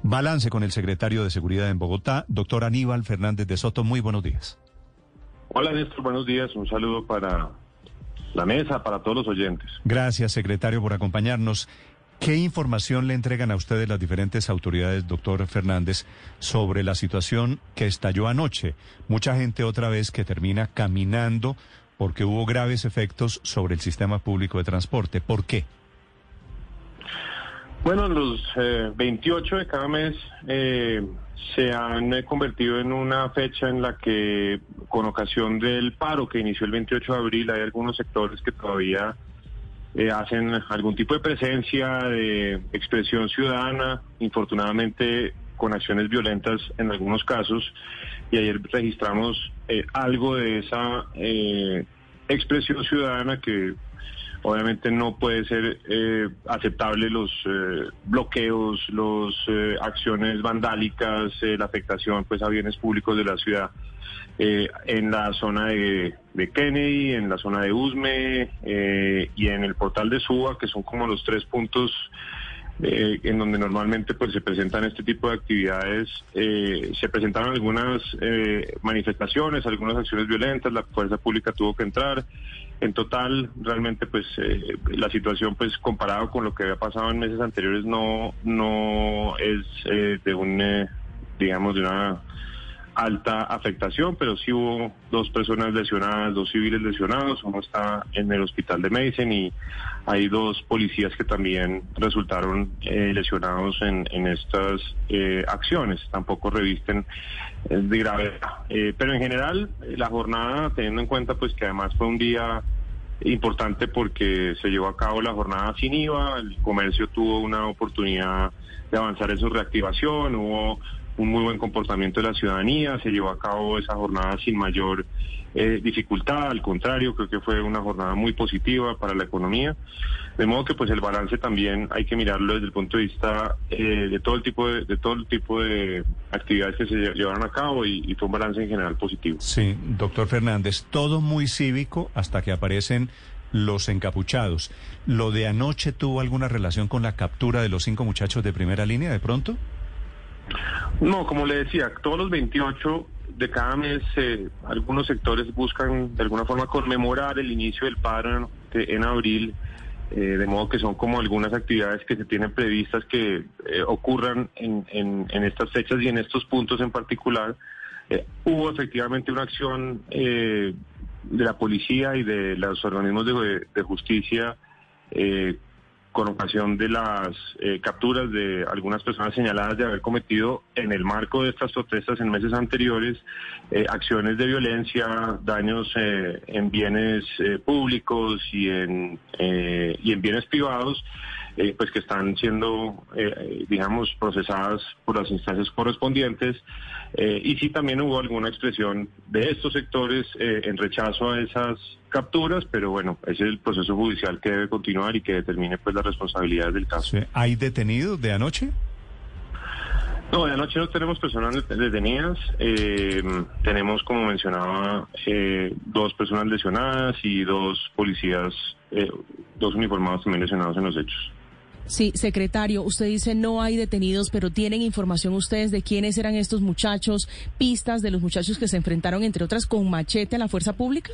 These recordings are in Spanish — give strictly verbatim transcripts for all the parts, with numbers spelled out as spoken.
Balance con el secretario de Seguridad en Bogotá, doctor Aníbal Fernández de Soto. Muy buenos días. Hola Néstor, buenos días. Un saludo para la mesa, para todos los oyentes. Gracias, secretario, por acompañarnos. ¿Qué información le entregan a ustedes las diferentes autoridades, doctor Fernández, sobre la situación que estalló anoche? Mucha gente otra vez que termina caminando porque hubo graves efectos sobre el sistema público de transporte. ¿Por qué? Bueno, los eh, veintiocho de cada mes eh, se han eh, convertido en una fecha en la que, con ocasión del paro que inició el veintiocho de abril, hay algunos sectores que todavía eh, hacen algún tipo de presencia, de expresión ciudadana, infortunadamente con acciones violentas en algunos casos, y ayer registramos eh, algo de esa eh, expresión ciudadana que obviamente no puede ser eh, aceptable, los eh, bloqueos, las eh, acciones vandálicas, eh, la afectación pues a bienes públicos de la ciudad eh, en la zona de, de Kennedy, en la zona de Usme eh, y en el portal de Suba, que son como los tres puntos eh, en donde normalmente pues se presentan este tipo de actividades. Eh, se presentaron algunas eh, manifestaciones, algunas acciones violentas, la fuerza pública tuvo que entrar. En total, realmente, pues, eh, la situación, pues, comparado con lo que había pasado en meses anteriores, no, no es eh, de un, eh, digamos, de una alta afectación, pero sí hubo dos personas lesionadas, dos civiles lesionados, uno está en el hospital de Medicen y hay dos policías que también resultaron eh, lesionados en, en estas eh, acciones, tampoco revisten eh, de gravedad. Eh, pero en general, la jornada, teniendo en cuenta pues que además fue un día importante porque se llevó a cabo la jornada sin I V A, el comercio tuvo una oportunidad de avanzar en su reactivación, hubo un muy buen comportamiento de la ciudadanía, se llevó a cabo esa jornada sin mayor eh, dificultad, al contrario, creo que fue una jornada muy positiva para la economía, de modo que pues el balance también hay que mirarlo desde el punto de vista eh, de todo el tipo de, de todo el tipo de actividades que se llevaron a cabo y, y fue un balance en general positivo. Sí, doctor Fernández, todo muy cívico hasta que aparecen los encapuchados. ¿Lo de anoche tuvo alguna relación con la captura de los cinco muchachos de primera línea de pronto? No, como le decía, todos los veintiocho de cada mes eh, algunos sectores buscan de alguna forma conmemorar el inicio del paro en, en abril, eh, de modo que son como algunas actividades que se tienen previstas que eh, ocurran en, en, en estas fechas y en estos puntos en particular. Eh, hubo efectivamente una acción eh, de la policía y de los organismos de, de justicia eh, con ocasión de las eh, capturas de algunas personas señaladas de haber cometido en el marco de estas protestas en meses anteriores eh, acciones de violencia, daños eh, en bienes eh, públicos y en eh, y en bienes privados, eh, pues que están siendo, eh, digamos, procesadas por las instancias correspondientes. Eh, y sí también hubo alguna expresión de estos sectores eh, en rechazo a esas capturas, pero bueno, ese es el proceso judicial que debe continuar y que determine pues las responsabilidades del caso. Sí. ¿Hay detenidos de anoche? No, de anoche no tenemos personas detenidas, eh, tenemos, como mencionaba, eh, dos personas lesionadas y dos policías, eh, dos uniformados también lesionados en los hechos. Sí, secretario, usted dice no hay detenidos, pero ¿tienen información ustedes de quiénes eran estos muchachos, pistas de los muchachos que se enfrentaron, entre otras, con machete a la fuerza pública?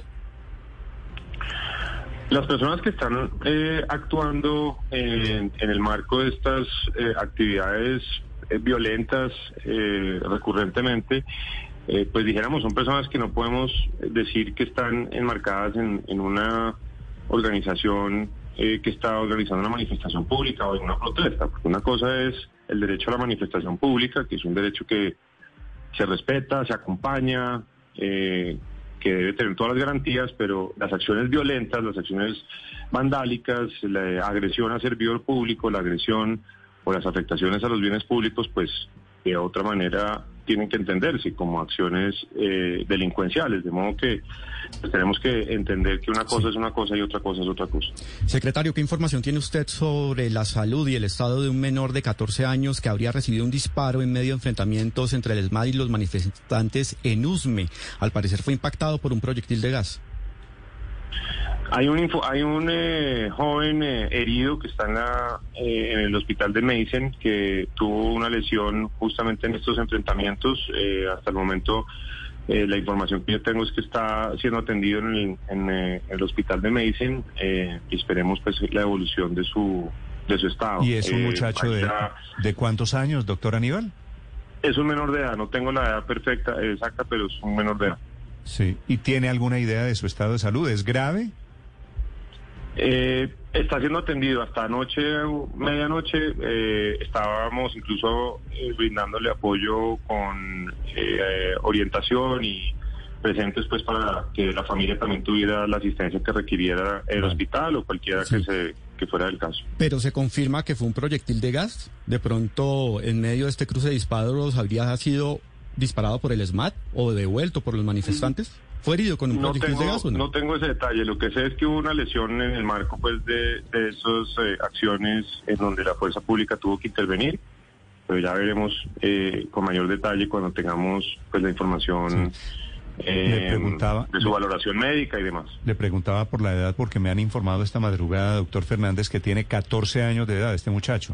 Las personas que están eh, actuando en, en el marco de estas eh, actividades eh, violentas eh, recurrentemente, eh, pues dijéramos, son personas que no podemos decir que están enmarcadas en, en una organización eh, que está organizando una manifestación pública o en una protesta, porque una cosa es el derecho a la manifestación pública, que es un derecho que se respeta, se acompaña, eh, que debe tener todas las garantías, pero las acciones violentas, las acciones vandálicas, la agresión a servidor público, la agresión o las afectaciones a los bienes públicos, pues de otra manera tienen que entenderse como acciones eh, delincuenciales, de modo que pues, tenemos que entender que una cosa sí es una cosa y otra cosa es otra cosa. Secretario, ¿qué información tiene usted sobre la salud y el estado de un menor de catorce años que habría recibido un disparo en medio de enfrentamientos entre el ESMAD y los manifestantes en Usme? Al parecer fue impactado por un proyectil de gas. Hay un info, hay un eh, joven eh, herido que está en, la, eh, en el hospital de Meissen, que tuvo una lesión justamente en estos enfrentamientos. Eh, hasta el momento eh, la información que yo tengo es que está siendo atendido en el, en, eh, el hospital de Meissen eh, y esperemos pues la evolución de su de su estado. ¿Y es un eh, muchacho de, de cuántos años, doctor Aníbal? Es un menor de edad, no tengo la edad perfecta, exacta, pero es un menor de edad. Sí. ¿Y tiene alguna idea de su estado de salud? ¿Es grave? Eh, está siendo atendido hasta anoche, medianoche, eh, estábamos incluso eh, brindándole apoyo con eh, orientación y presentes pues para que la familia también tuviera la asistencia que requiriera el vale. hospital o cualquiera sí. que se que fuera el caso. Pero se confirma que fue un proyectil de gas. De pronto, en medio de este cruce de disparos, ¿habría sido disparado por el SMAT o devuelto por los manifestantes? ¿Fue herido con un no proyectil tengo, de gas o no? No tengo ese detalle. Lo que sé es que hubo una lesión en el marco pues de, de esas eh, acciones en donde la fuerza pública tuvo que intervenir, pero ya veremos eh, con mayor detalle cuando tengamos pues la información sí. eh, preguntaba, de su valoración médica y demás. Le preguntaba por la edad porque me han informado esta madrugada, doctor Fernández, que tiene catorce años de edad este muchacho.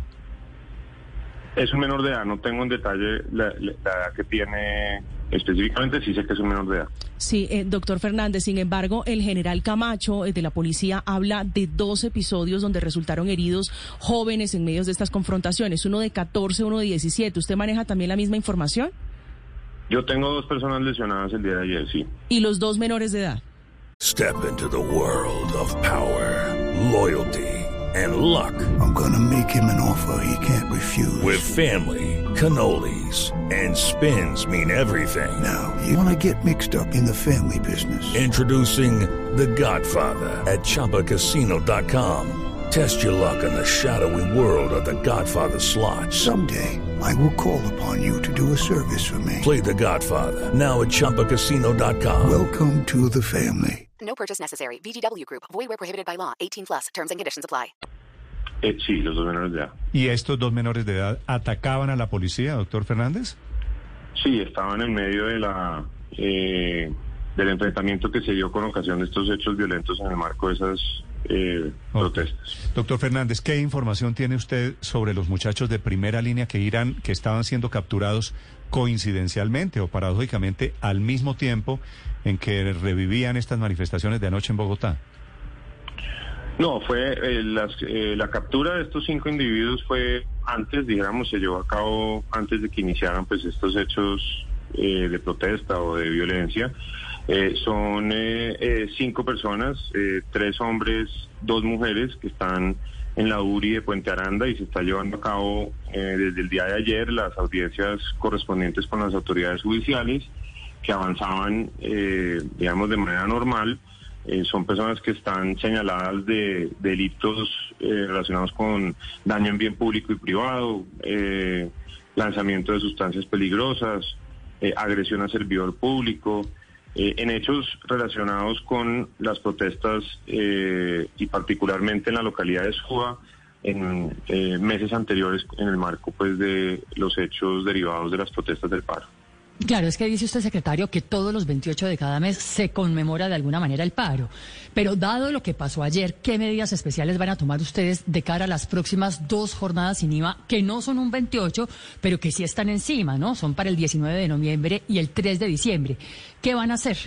Es un menor de edad, no tengo en detalle la, la, la edad que tiene específicamente, sí sé que es un menor de edad. Sí, eh, doctor Fernández, sin embargo, el general Camacho eh, de la policía habla de dos episodios donde resultaron heridos jóvenes en medio de estas confrontaciones, uno de catorce, uno de diecisiete. ¿Usted maneja también la misma información? Yo tengo dos personas lesionadas el día de ayer, sí. ¿Y los dos menores de edad? Step into the world of power, loyalty, and luck. I'm gonna make him an offer he can't refuse. With family, cannolis, and spins mean everything. Now, you wanna get mixed up in the family business. Introducing The Godfather at Chumba Casino dot com. Test your luck in the shadowy world of The Godfather slot. Someday, I will call upon you to do a service for me. Play The Godfather, now at Chumba Casino dot com. Welcome to the family. No purchase necessary. V G W Group. Void where prohibited by law. eighteen plus. Terms and conditions apply. Eh, sí, los dos menores de edad. ¿Y estos dos menores de edad atacaban a la policía, doctor Fernández? Sí, estaban en medio de la eh, del enfrentamiento que se dio con ocasión de estos hechos violentos en el marco de esas eh, okay. protestas. Doctor Fernández, ¿qué información tiene usted sobre los muchachos de primera línea que irán, que estaban siendo capturados coincidencialmente o paradójicamente al mismo tiempo en que revivían estas manifestaciones de anoche en Bogotá? No, fue eh, las, eh, la captura de estos cinco individuos fue antes, digamos, se llevó a cabo antes de que iniciaran pues estos hechos eh, de protesta o de violencia. Eh, son eh, eh, cinco personas, eh, tres hombres, dos mujeres que están en la U R I de Puente Aranda y se está llevando a cabo eh, desde el día de ayer las audiencias correspondientes con las autoridades judiciales que avanzaban, eh, digamos, de manera normal. Eh, son personas que están señaladas de, de delitos eh, relacionados con daño en bien público y privado, eh, lanzamiento de sustancias peligrosas, eh, agresión a servidor público, eh, en hechos relacionados con las protestas eh, y particularmente en la localidad de Suba en eh, meses anteriores en el marco pues de los hechos derivados de las protestas del paro. Claro, es que dice usted, secretario, que todos los veintiocho de cada mes se conmemora de alguna manera el paro. Pero dado lo que pasó ayer, ¿qué medidas especiales van a tomar ustedes de cara a las próximas dos jornadas sin I V A, que no son un veintiocho, pero que sí están encima, ¿no? Son para el diecinueve de noviembre y el tres de diciembre. ¿Qué van a hacer?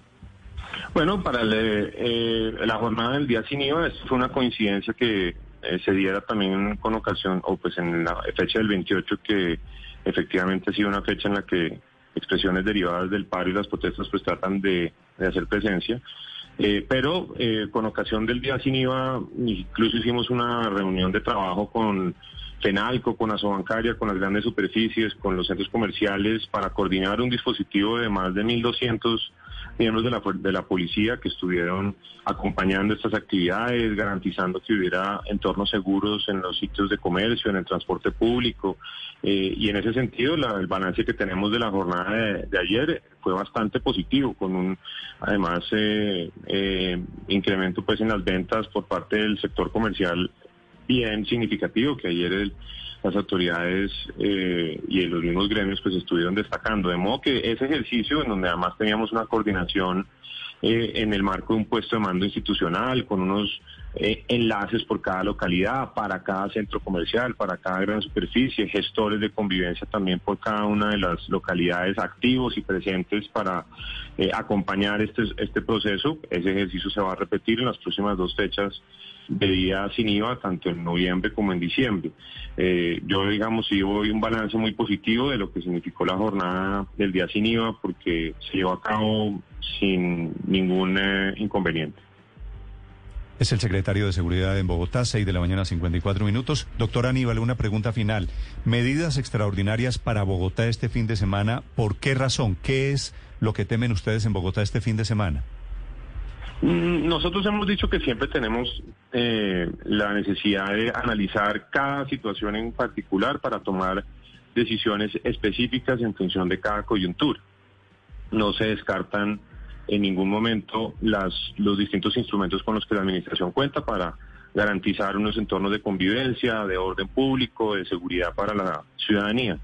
Bueno, para el, eh, la jornada del día sin I V A, esto fue una coincidencia que eh, se diera también con ocasión, o pues en la fecha del veintiocho, que efectivamente ha sido una fecha en la que expresiones derivadas del paro y las protestas pues tratan de, de hacer presencia, eh, pero eh, con ocasión del día sin I V A incluso hicimos una reunión de trabajo con FENALCO, con Asobancaria, con las grandes superficies, con los centros comerciales para coordinar un dispositivo de más de mil doscientos miembros de la, de la policía que estuvieron acompañando estas actividades, garantizando que hubiera entornos seguros en los sitios de comercio, en el transporte público, eh, y en ese sentido la, el balance que tenemos de la jornada de, de ayer fue bastante positivo, con un además eh, eh, incremento pues en las ventas por parte del sector comercial bien significativo, que ayer el, las autoridades eh, y los mismos gremios pues estuvieron destacando, de modo que ese ejercicio en donde además teníamos una coordinación eh, en el marco de un puesto de mando institucional, con unos eh, enlaces por cada localidad, para cada centro comercial, para cada gran superficie, gestores de convivencia también por cada una de las localidades activos y presentes para eh, acompañar este, este proceso. Ese ejercicio se va a repetir en las próximas dos fechas de día sin I V A, tanto en noviembre como en diciembre. Eh, yo, digamos, sí voy un balance muy positivo de lo que significó la jornada del día sin I V A, porque se llevó a cabo sin ningún eh, inconveniente. Es el secretario de Seguridad en Bogotá, seis de la mañana, cincuenta y cuatro minutos. Doctor Aníbal, una pregunta final. Medidas extraordinarias para Bogotá este fin de semana, ¿por qué razón? ¿Qué es lo que temen ustedes en Bogotá este fin de semana? Nosotros hemos dicho que siempre tenemos eh, la necesidad de analizar cada situación en particular para tomar decisiones específicas en función de cada coyuntura. No se descartan en ningún momento las, los distintos instrumentos con los que la administración cuenta para garantizar unos entornos de convivencia, de orden público, de seguridad para la ciudadanía.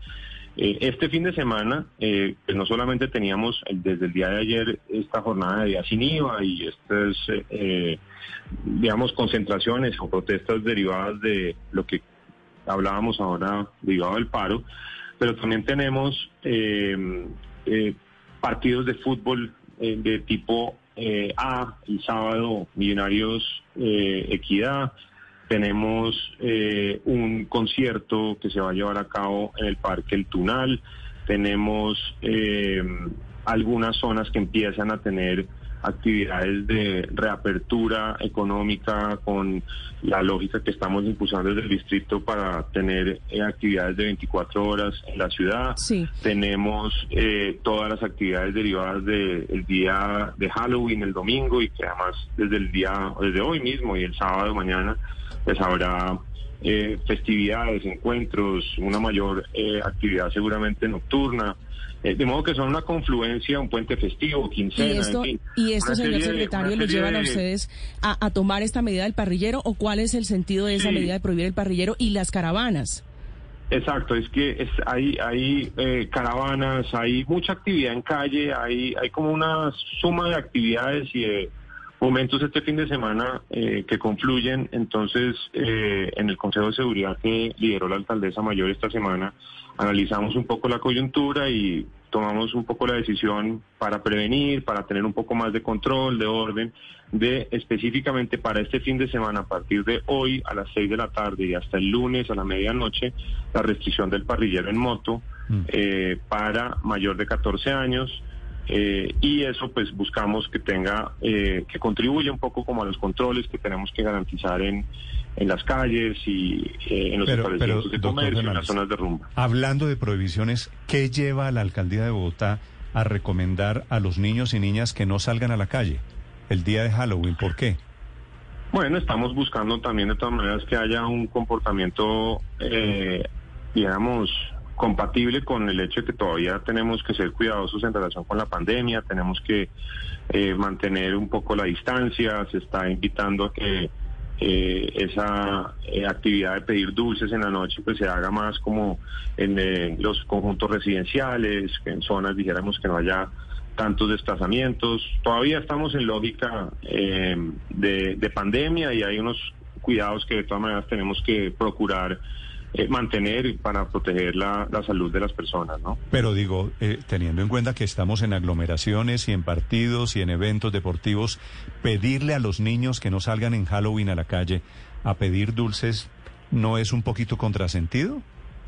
Este fin de semana, eh, pues no solamente teníamos desde el día de ayer esta jornada de día sin I V A y estas, eh, digamos, concentraciones o protestas derivadas de lo que hablábamos ahora, derivado del paro, pero también tenemos eh, eh, partidos de fútbol eh, de tipo eh, A, el sábado, Millonarios eh, Equidad. Tenemos eh, un concierto que se va a llevar a cabo en el Parque El Tunal. Tenemos eh, algunas zonas que empiezan a tener actividades de reapertura económica con la lógica que estamos impulsando desde el distrito para tener eh, actividades de veinticuatro horas en la ciudad. Sí. Tenemos eh, todas las actividades derivadas del día de Halloween, el domingo, y que además desde el día, desde hoy mismo y el sábado mañana, pues habrá eh, festividades, encuentros, una mayor eh, actividad seguramente nocturna. Eh, de modo que son una confluencia, un puente festivo, quincena, ¿Y esto, en fin. y esto señor serie, secretario, los llevan de... a ustedes a, a tomar esta medida del parrillero? ¿O cuál es el sentido de esa sí. medida de prohibir el parrillero y las caravanas? Exacto, es que es, hay, hay eh, caravanas, hay mucha actividad en calle, hay, hay como una suma de actividades y de momentos este fin de semana eh, que confluyen. Entonces, eh, en el Consejo de Seguridad que lideró la alcaldesa mayor esta semana, analizamos un poco la coyuntura y tomamos un poco la decisión para prevenir, para tener un poco más de control, de orden, de específicamente para este fin de semana, a partir de hoy a las seis de la tarde y hasta el lunes a la medianoche, la restricción del parrillero en moto mm. eh, para mayor de catorce años. Eh, y eso pues buscamos que tenga, eh, que contribuya un poco como a los controles que tenemos que garantizar en, en las calles y eh, en los pero, establecimientos pero, de comercio, en las zonas de rumba. Hablando de prohibiciones, ¿qué lleva a la alcaldía de Bogotá a recomendar a los niños y niñas que no salgan a la calle el día de Halloween? ¿Por qué? Bueno, estamos buscando también de todas maneras que haya un comportamiento, eh, digamos, compatible con el hecho de que todavía tenemos que ser cuidadosos en relación con la pandemia, tenemos que eh, mantener un poco la distancia, se está invitando a que eh, esa eh, actividad de pedir dulces en la noche pues se haga más como en eh, los conjuntos residenciales, en zonas dijéramos que no haya tantos desplazamientos. Todavía estamos en lógica eh, de, de pandemia y hay unos cuidados que de todas maneras tenemos que procurar Eh, mantener para proteger la, la salud de las personas, ¿no? Pero digo, eh, teniendo en cuenta que estamos en aglomeraciones y en partidos y en eventos deportivos, pedirle a los niños que no salgan en Halloween a la calle a pedir dulces, ¿no es un poquito contrasentido?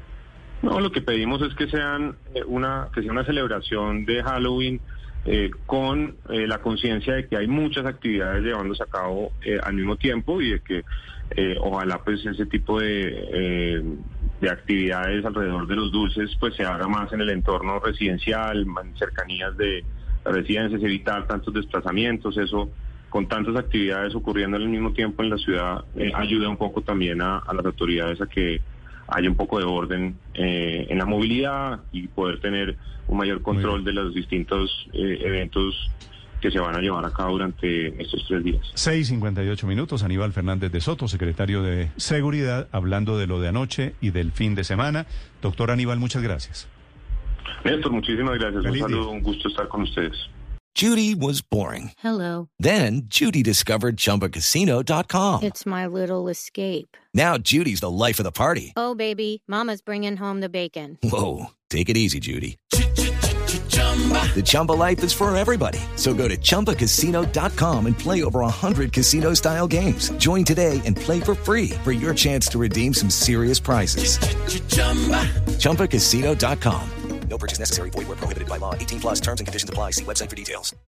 No, lo que pedimos es que sean eh, una que sea una celebración de Halloween eh, con eh, la conciencia de que hay muchas actividades llevándose a cabo eh, al mismo tiempo y de que Eh, ojalá pues ese tipo de, eh, de actividades alrededor de los dulces pues se haga más en el entorno residencial, más en cercanías de las residencias, evitar tantos desplazamientos. Eso, con tantas actividades ocurriendo al mismo tiempo en la ciudad, eh, ayuda un poco también a, a las autoridades a que haya un poco de orden eh, en la movilidad y poder tener un mayor control de los distintos eh, eventos que se van a llevar a cabo durante estos tres días. seis cincuenta y ocho minutos, Aníbal Fernández de Soto, secretario de Seguridad, hablando de lo de anoche y del fin de semana. Doctor Aníbal, muchas gracias. Néstor, muchísimas gracias. Feliz un saludo, día. un gusto estar con ustedes. Judy was boring. Hello. Then Judy discovered Chumba Casino dot com. It's my little escape. Now Judy's the life of the party. Oh, baby, mama's bringing home the bacon. Whoa, take it easy, Judy. The Chumba life is for everybody. So go to Chumba Casino dot com and play over one hundred casino-style games. Join today and play for free for your chance to redeem some serious prizes. Chumba Casino dot com. No purchase necessary. Void where prohibited by law. eighteen plus terms and conditions apply. See website for details.